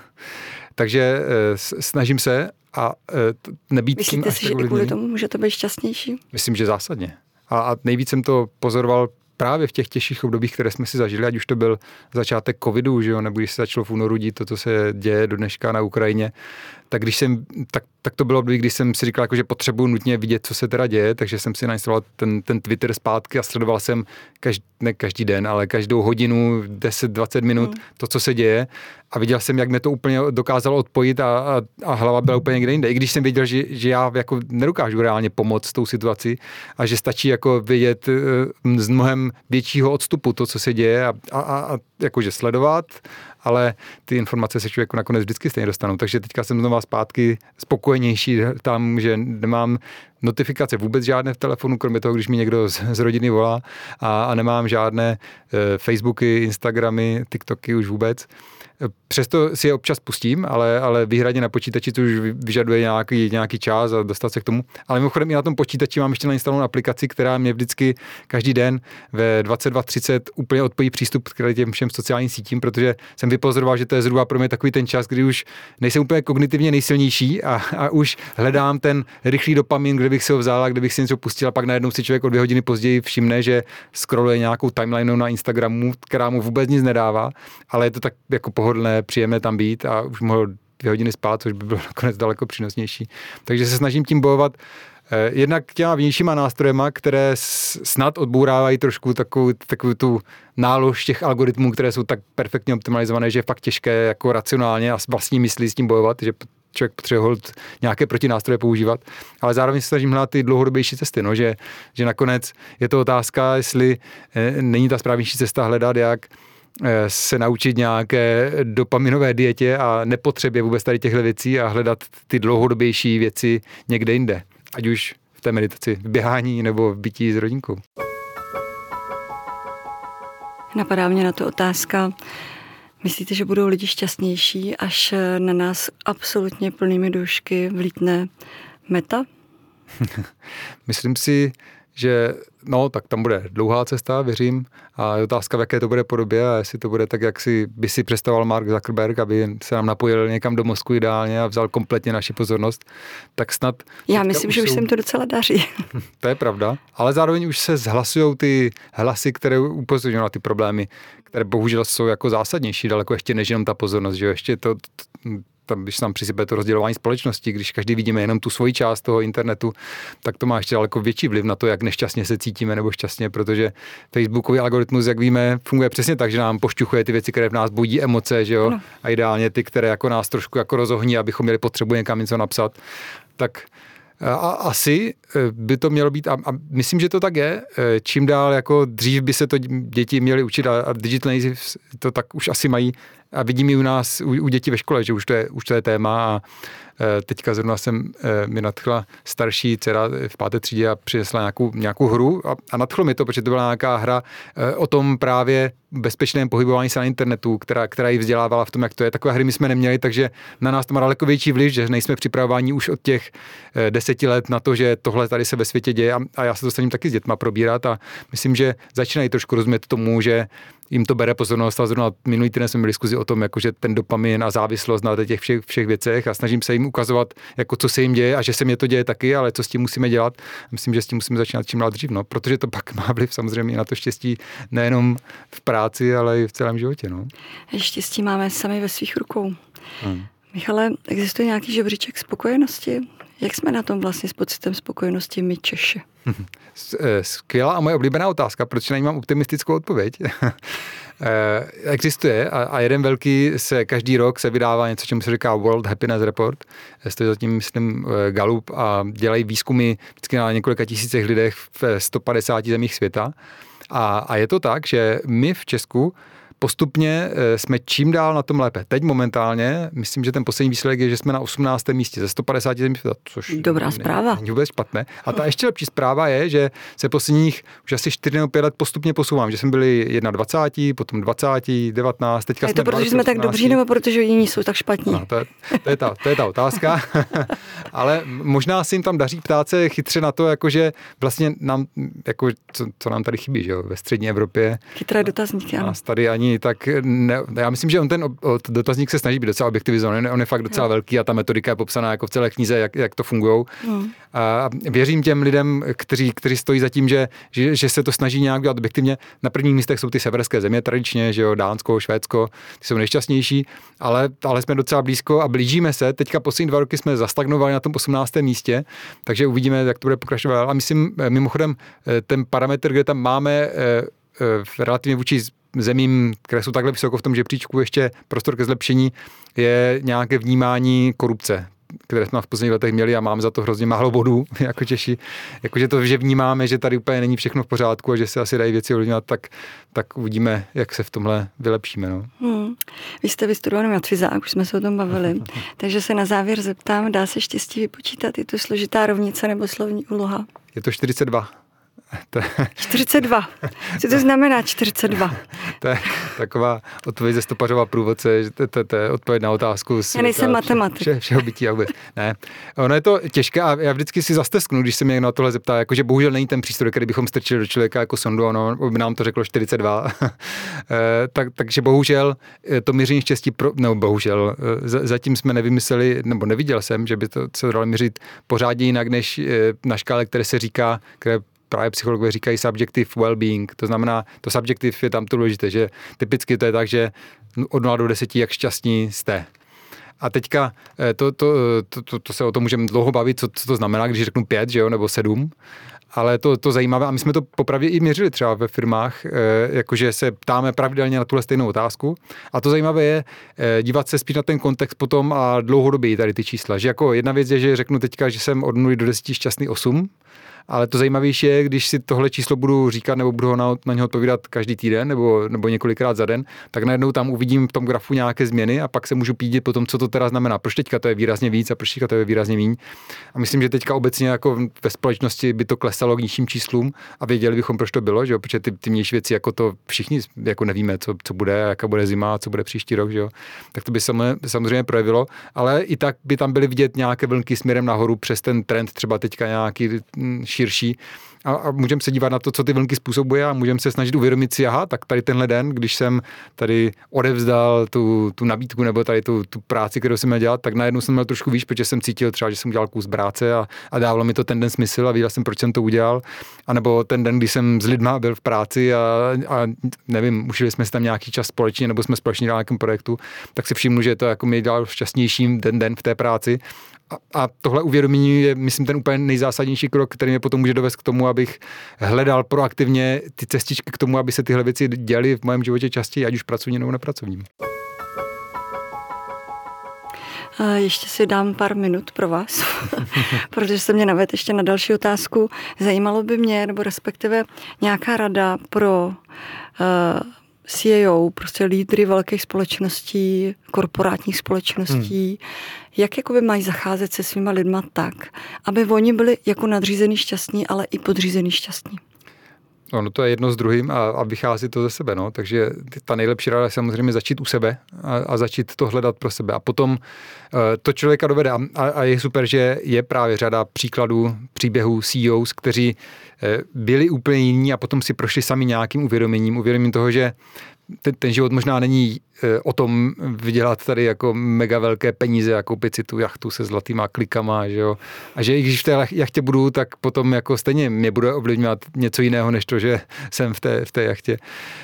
Takže snažím se a nebýt Myslíte tím až si, že i kvůli tomu můžete být šťastnější? Myslím, že zásadně. A nejvíc jsem to pozoroval právě v těch těžších obdobích, které jsme si zažili, ať už to byl začátek covidu, že jo, nebo když se začalo v únoru dít to se děje do dneška na Ukrajině, tak tak to bylo období, když jsem si říkal, jako, že potřebuji nutně vidět, co se teda děje, takže jsem si nainstaloval ten Twitter zpátky a sledoval jsem ne každý den, ale každou hodinu, 10-20 minut to, co se děje a viděl jsem, jak mě to úplně dokázalo odpojit a hlava byla úplně někde jinde. I když jsem věděl, že já jako nedokážu reálně pomoct tou situaci a že stačí jako vidět z mnohem většího odstupu to, co se děje a jakože sledovat, ale ty informace se člověku nakonec vždycky stejně dostanou. Takže teďka jsem znova zpátky spokojenější tam, že nemám notifikace vůbec žádné v telefonu, kromě toho, když mi někdo z rodiny volá a nemám žádné Facebooky, Instagramy, TikToky už vůbec. Přesto si je občas pustím, ale výhradně na počítači to už vyžaduje nějaký čas a dostat se k tomu. Ale mimochodem i na tom počítači mám ještě nainstalovanou aplikaci, která mě vždycky každý den ve 22:30 úplně odpojí přístup k těm všem sociálním sítím, protože jsem vypozoroval, že to je zhruba pro mě takový ten čas, kdy už nejsem úplně kognitivně nejsilnější a už hledám ten rychlý dopamin, kde bych si ho vzal a kde bych si něco pustil a pak najednou si člověk o 2 hodiny později všimne, že scrolluje nějakou timelineu na Instagramu, která mu vůbec nic nedává, ale je to tak jako pohodlné, příjemné tam být a už mohl 2 hodiny spát, což by bylo nakonec daleko přínosnější. Takže se snažím tím bojovat jednak těma vnějšíma nástrojema, které snad odbourávají trošku takovou tu nálož těch algoritmů, které jsou tak perfektně optimalizované, že je fakt těžké jako racionálně a s vlastní myslí s tím bojovat, že člověk potřebuje hold nějaké protinástroje používat, ale zároveň se snažím hledat ty dlouhodobější cesty, no, že nakonec je to otázka, jestli není ta správnější cesta hledat, jak se naučit nějaké dopaminové dietě a nepotřebě vůbec tady těchto věcí a hledat ty dlouhodobější věci někde jinde. Ať už v té meditaci, v běhání nebo v bytí s rodinkou. Napadá mě na to otázka, myslíte, že budou lidi šťastnější, až na nás absolutně plnými doušky vlítne Meta? Myslím si, že tak tam bude dlouhá cesta, věřím, a je otázka, v jaké to bude podobě a jestli to bude tak, jak by si představoval Mark Zuckerberg, aby se nám napojil někam do mozku ideálně a vzal kompletně naši pozornost, tak snad... Já myslím, že už se jim to docela daří. To je pravda, ale zároveň už se zhlasujou ty hlasy, které upozorňují na ty problémy, které bohužel jsou jako zásadnější, daleko ještě než jenom ta pozornost, že ještě tam, když se nám přisype to rozdělování společnosti, když každý vidíme jenom tu svoji část toho internetu, tak to má ještě daleko větší vliv na to, jak nešťastně se cítíme nebo šťastně, protože Facebookový algoritmus, jak víme, funguje přesně tak, že nám pošťuchuje ty věci, které v nás budí emoce, že jo? No. A ideálně ty, které jako nás trošku jako rozohní, abychom měli potřebu někam něco napsat. Tak a asi by to mělo být, a myslím, že to tak je, čím dál jako dřív by se to děti měly učit a Digital Natives to tak už asi mají a vidím i u nás, u dětí ve škole, že už to je téma a teďka zrovna mi nadchla starší dcera v 5. třídě a přinesla nějakou hru a nadchlo mi to, protože to byla nějaká hra o tom právě bezpečném pohybování se na internetu, která ji vzdělávala v tom, jak to je. Takové hry my jsme neměli, takže na nás to má daleko větší vliv, že nejsme připravováni už od těch 10 let na to, že tohle tady se ve světě děje a já se to snažím taky s dětma probírat a myslím, že začínají trošku rozumět tomu, že jim to bere pozornost a zrovna minulý týden jsme měli diskuzi o tom, jakože ten dopamin a závislost na těch všech věcech a snažím se jim ukazovat, jako co se jim děje a že se mě to děje taky, ale co s tím musíme dělat. Myslím, že s tím musíme začínat čím dál dřív, protože to pak má vliv samozřejmě i na to štěstí nejenom v práci, ale i v celém životě. No. Štěstí máme sami ve svých rukou. Michale, existuje nějaký žebříček spokojenosti? Jak jsme na tom vlastně s pocitem spokojenosti my Češi? Skvělá a moje oblíbená otázka, protože na ní mám optimistickou odpověď. Existuje a jeden velký každý rok se vydává něco, čemu se říká World Happiness Report. Stojí zatím, myslím, Gallup a dělají výzkumy vždycky na několika tisících lidech v 150 zemích světa. A je to tak, že my v Česku postupně jsme čím dál na tom lépe. Teď momentálně, myslím, že ten poslední výsledek je, že jsme na 18. místě ze 150 zemí světa, což dobrá zpráva. Není vůbec špatné. A ta ještě lepší zpráva je, že se posledních už asi 4 nebo 5 let postupně posouvám, že jsme byli 21, potom 20, 19, teďka jsme 20. Je to protože jsme tak dobří, nebo protože jiní jsou tak špatní? No, to je ta otázka. Ale možná se jim tam daří ptát se chytře na to, jakože vlastně nám, jako, co nám tady chybí, že jo, ve střední Evropě. Chytré dotazníky, ano. Tady ani tak ne, já myslím, že on ten dotazník se snaží být docela objektivizovaný, on je fakt docela velký a ta metodika je popsaná jako v celé knize, jak to fungujou. A věřím těm lidem, kteří stojí za tím, že se to snaží nějak dělat objektivně. Na prvních místech jsou ty severské země tradičně, že jo, Dánsko, Švédsko, ty jsou nejšťastnější, ale jsme docela blízko a blížíme se. Teďka poslední 2 roky jsme zastagnovali na tom 18. místě, takže uvidíme, jak to bude pokračovat. A myslím, mimochodem, ten parametr, kde tam máme relativně vůči zemím, které jsou takhle vysoko v tom žebříčku, ještě prostor ke zlepšení, je nějaké vnímání korupce, které jsme v posledních letech měli a máme za to hrozně málo bodů jako Češi. Jakože to, že vnímáme, že tady úplně není všechno v pořádku a že se asi dají věci ovlivňovat, tak uvidíme, jak se v tomhle vylepšíme. No. Vy jste vystudovaný matfizák, už jsme se o tom bavili, takže se na závěr zeptám, dá se štěstí vypočítat? Je to složitá rovnice nebo slovní úloha? Je to 42. 42. Co to znamená 42? To je taková odpověď ze Stopařova průvodce, že to je odpověď na otázku. Já nejsem matematik. Všeho bytí a vůbec. Ne. Ono je to těžké a já vždycky si zastesknu, když se mě na tohle zeptá, jakože bohužel není ten přístroj, který bychom strčili do člověka jako sondu, ono by nám to řeklo 42. Takže bohužel to měření štěstí, bohužel, zatím jsme nevymysleli, nebo neviděl jsem, že by to se dalo měřit pořádně jinak, než na škále, které se říká, které právě psychologové říkají subjective well-being, to znamená, to subjective je tam to důležité, že typicky to je tak, že od 0 do 10, jak šťastní jste. A teďka to se o tom můžeme dlouho bavit, co to znamená, když řeknu 5, že jo, nebo 7, ale to zajímavé, a my jsme to popravdě i měřili třeba ve firmách, jakože se ptáme pravidelně na tuhle stejnou otázku. A to zajímavé je dívat se spíš na ten kontext potom a dlouhodobě tady ty čísla. Že jako jedna věc je, že řeknu teďka, že jsem od 0 do 10 šťastný 8, ale to zajímavější je, když si tohle číslo budu říkat nebo budu na něho odpovídat každý týden nebo několikrát za den, tak najednou tam uvidím v tom grafu nějaké změny a pak se můžu pídit po tom, co to teda znamená. Proč teďka to je výrazně víc a proč teďka to je výrazně míň. A myslím, že teďka obecně jako ve společnosti by to klesalo k nižším číslům a věděli bychom, proč to bylo, že jo? Protože ty mější věci, jako to všichni jako nevíme, co bude, jaká bude zima, co bude příští rok, že jo? Tak to by samozřejmě projevilo, ale i tak by tam byly vidět nějaké vlnky směrem nahoru přes ten trend, třeba teďka nějaký širší a můžeme se dívat na to, co ty vlnky způsobuje a můžeme se snažit uvědomit si, aha, tak tady tenhle den, když jsem tady odevzdal tu nabídku nebo tady tu práci, kterou jsem měl dělat, tak najednou jsem měl trošku výš, protože jsem cítil třeba, že jsem udělal kus práce a dávalo mi to ten den smysl a věděl jsem, proč jsem to udělal. A nebo ten den, kdy jsem s lidma byl v práci a nevím, užili jsme si tam nějaký čas společně nebo jsme společně dělali nějakém projektu, tak si všimnu, že to jako mě dělal šťastnějším ten den v té práci. A tohle uvědomění je, myslím, ten úplně nejzásadnější krok, který mě potom může dovést k tomu, abych hledal proaktivně ty cestičky k tomu, aby se tyhle věci děly v mém životě častěji, ať už pracovním nebo nepracovním. Ještě si dám pár minut pro vás, protože se mě navedl ještě na další otázku. Zajímalo by mě, nebo respektive nějaká rada pro CEO, prostě lídry velkých společností, korporátních společností, jak jakoby mají zacházet se svýma lidma tak, aby oni byli jako nadřízený šťastní, ale i podřízený šťastní. No to je jedno s druhým a vychází to ze sebe, no. Takže ta nejlepší rada je samozřejmě začít u sebe a začít to hledat pro sebe. A potom to člověka dovede a je super, že je právě řada příběhů CEOs, kteří byli úplně jiní a potom si prošli sami nějakým uvědoměním toho, že ten život možná není o tom vydělat tady jako mega velké peníze a koupit si tu jachtu se zlatýma klikama, že jo. A že i když v té jachtě budu, tak potom jako stejně mě bude ovlivňovat něco jiného, než to, že jsem v té jachtě.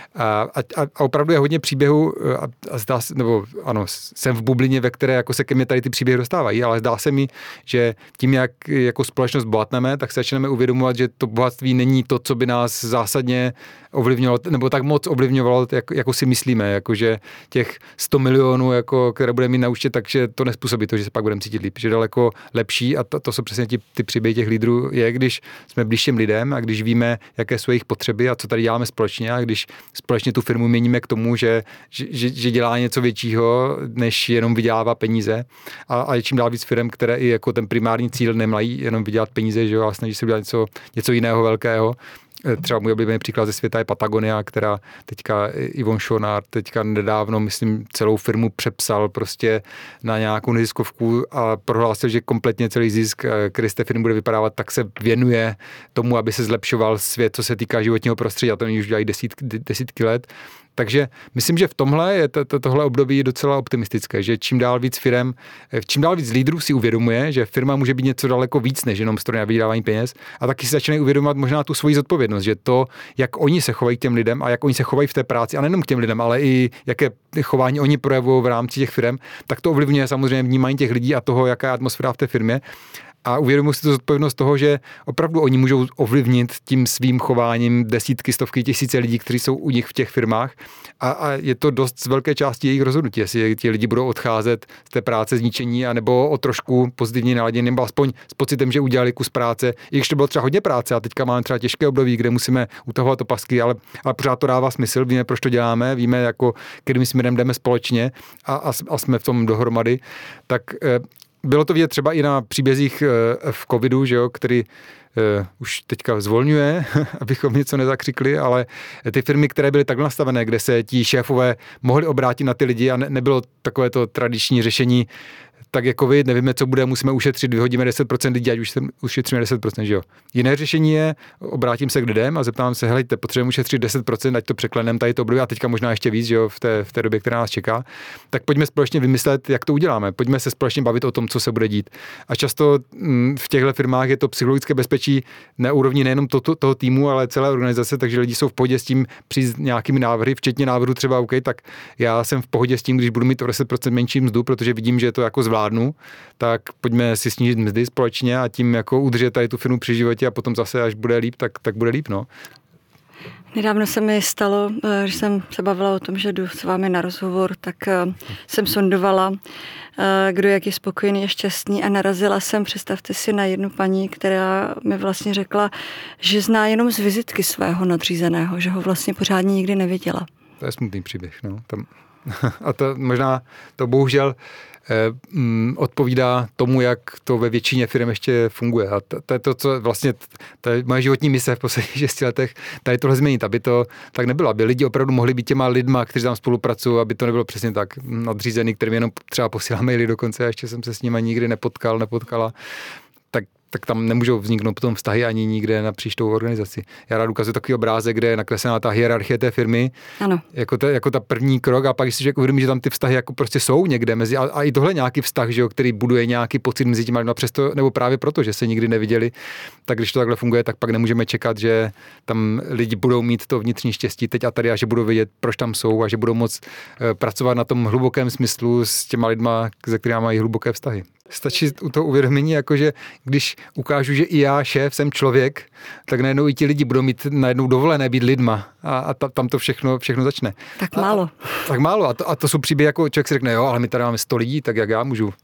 A opravdu je hodně příběhů a zdá se, nebo ano, jsem v bublině, ve které jako se ke mně tady ty příběhy dostávají, ale zdá se mi, že tím, jak jako společnost bohatneme, tak se začneme uvědomovat, že to bohatství není to, co by nás zásadně ovlivňovalo, nebo tak moc ovlivňovalo, jako si myslíme, jakože těch 100 milionů, jako, které budeme mít na účtě, takže to nespůsobí to, že se pak budeme cítit líp. Že daleko lepší, a to jsou přesně ty příběhy těch lídrů, je, když jsme blíž těm lidem a když víme, jaké jsou jejich potřeby a co tady děláme společně a když společně tu firmu měníme k tomu, že dělá něco většího, než jenom vydělává peníze a je čím dál víc firm, které i jako ten primární cíl nemají jenom vydělat peníze, že jo, a snaží se udělat něco jiného velkého. Třeba můj oblíbený příklad ze světa je Patagonia, která teďka Yvon Chouinard teďka nedávno, myslím, celou firmu přepsal prostě na nějakou neziskovku a prohlásil, že kompletně celý zisk, který z té firmy bude vypadávat, tak se věnuje tomu, aby se zlepšoval svět, co se týká životního prostředí, a to oni už dělají desítky let. Takže myslím, že v tomhle je tohle období docela optimistické, že čím dál víc firem, čím dál víc lídrů si uvědomuje, že firma může být něco daleko víc než jenom stroj na vydělávání peněz, a taky si začínají uvědomovat možná tu svoji zodpovědnost, že to, jak oni se chovají k těm lidem a jak oni se chovají v té práci, a nejenom k těm lidem, ale i jaké chování oni projevují v rámci těch firem, tak to ovlivňuje samozřejmě vnímání těch lidí a toho, jaká je atmosféra v té firmě. A uvědomuji si tu zodpovědnost toho, že opravdu oni můžou ovlivnit tím svým chováním desítky, stovky, tisíce lidí, kteří jsou u nich v těch firmách. A je to dost z velké části jejich rozhodnutí, jestli ti lidi budou odcházet z té práce zničení, anebo o trošku pozitivně naladění, nebo aspoň s pocitem, že udělali kus práce. I když to bylo třeba hodně práce a teďka máme třeba těžké období, kde musíme utahovat opasky, ale pořád to dává smysl, víme, proč to děláme, víme, jako kterým směrem jdeme společně a jsme v tom dohromady. Tak bylo to vidět třeba i na příbězích v covidu, že jo, který už teďka zvolňuje, abychom něco nezakřikli, ale ty firmy, které byly tak nastavené, kde se ti šéfové mohli obrátit na ty lidi a nebylo takové to tradiční řešení, tak je covid, nevíme, co bude, musíme ušetřit, vyhodíme 10% lidí, ať už ušetříme 10%, že jo. Jiné řešení je, obrátím se k lidem a zeptám se, helejte, potřebujeme ušetřit 10%, ať to překlenem tady to období, a teďka možná ještě víc, že jo, v té době, která nás čeká. Tak pojďme společně vymyslet, jak to uděláme. Pojďme se společně bavit o tom, co se bude dít. A často v těchto firmách je to psychologické bezpečí na úrovni nejenom toho týmu, ale celé organizace, takže lidi jsou v pohodě s tím přijít nějakými návrhy, včetně návrhu třeba OK, tak já jsem v pohodě s tím, když budu mít o 10% menší mzdu, protože vidím, že to jako zvládnu, tak pojďme si snížit mzdy společně a tím jako udržet tady tu firmu při životě a potom zase, až bude líp, tak bude líp, no. Nedávno se mi stalo, že jsem se bavila o tom, že jdu s vámi na rozhovor, tak jsem sondovala, kdo jak je spokojený a šťastný, a narazila jsem, představte si, na jednu paní, která mi vlastně řekla, že zná jenom z vizitky svého nadřízeného, že ho vlastně pořádně nikdy neviděla. To je smutný příběh, no. A to možná, to bohužel odpovídá tomu, jak to ve většině firm ještě funguje. A to je to, co vlastně, to je moje životní mise v posledních 6 letech, tady tohle změnit, aby to tak nebylo, aby lidi opravdu mohli být těma lidma, kteří tam spolupracují, aby to nebylo přesně tak nadřízený, kterým jenom třeba posílám maily dokonce, a ještě jsem se s nimi nikdy nepotkala, tak tam nemůžou vzniknout potom vztahy ani nikde napříč tou organizaci. Já rád ukazuji takový obrázek, kde je nakreslená ta hierarchie té firmy, ano. Jako ta první krok, a pak když si člověk uvědomí, že tam ty vztahy jako prostě jsou někde mezi, a i tohle nějaký vztah, že jo, který buduje nějaký pocit mezi těmi lidmi, přesto, nebo právě proto, že se nikdy neviděli, tak když to takhle funguje, tak pak nemůžeme čekat, že tam lidi budou mít to vnitřní štěstí teď a tady, a že budou vědět, proč tam jsou, a že budou moct pracovat na tom hlubokém smyslu s těma lidma, se kterými mají hluboké vztahy. Stačí u toho uvědomění, jakože když ukážu, že i já, šéf, jsem člověk, tak najednou i ti lidi budou mít najednou dovolené být lidma a tam to všechno začne. Tak málo. Tak málo. A to jsou příběhy, jako člověk si řekne, jo, ale my tady máme 100 lidí, tak jak já můžu?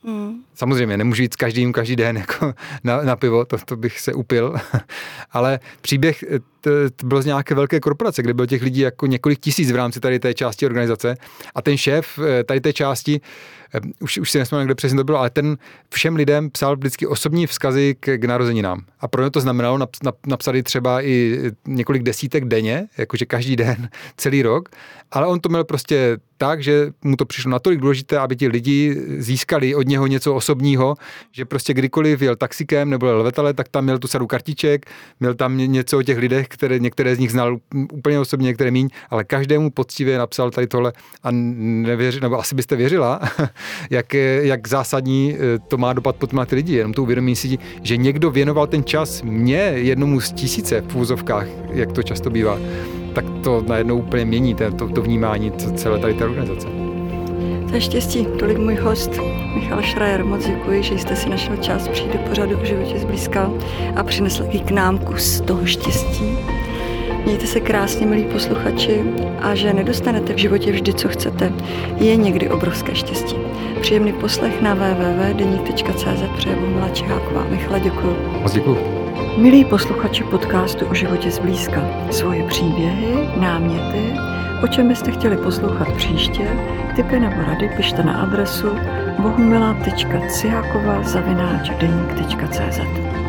Samozřejmě nemůžu jít s každý den jako na pivo, to bych se upil, ale příběh to bylo z nějaké velké korporace, kde bylo těch lidí jako několik tisíc v rámci tady té části organizace a ten šéf tady té části, už si nesmím, kde přesně to bylo, ale ten všem lidem psal vždycky osobní vzkazy k narozeninám. A pro ně to znamenalo napsat třeba i několik desítek denně, jakože každý den, celý rok, ale on to měl prostě tak, že mu to přišlo natolik důležité, aby ti lidi získali od něho něco osobního, že prostě kdykoliv jel taxikem nebo jel letadlem, tak tam měl tu sadu kartiček, měl tam něco o těch lidech, některé z nich znal úplně osobně, některé míň, ale každému poctivě napsal tady tohle a nevěřil, nebo asi byste věřila, jak zásadní to má dopad potom na ty lidi. Jenom to uvědomí si, že někdo věnoval ten čas mně, jednomu z tisíce v úzovkách, jak to často bývá, tak to najednou úplně mění to vnímání celé tady té organizace. To je štěstí. Tolik můj host Michal Schreier. Moc děkuji, že jste si našel čas přijít do pořadu O životě zblízka a přinesl i k nám kus toho štěstí. Mějte se krásně, milí posluchači, a že nedostanete v životě vždy, co chcete, je někdy obrovské štěstí. Příjemný poslech na www.denik.cz přeje Bohumila Čiháková. Michale, děkuji. Moc děkuji. Milí posluchači podcastu O životě zblízka, svoje příběhy, náměty, o čem byste chtěli poslouchat příště, tipy nebo rady pište na adresu bohumila.cihákova@denik.cz.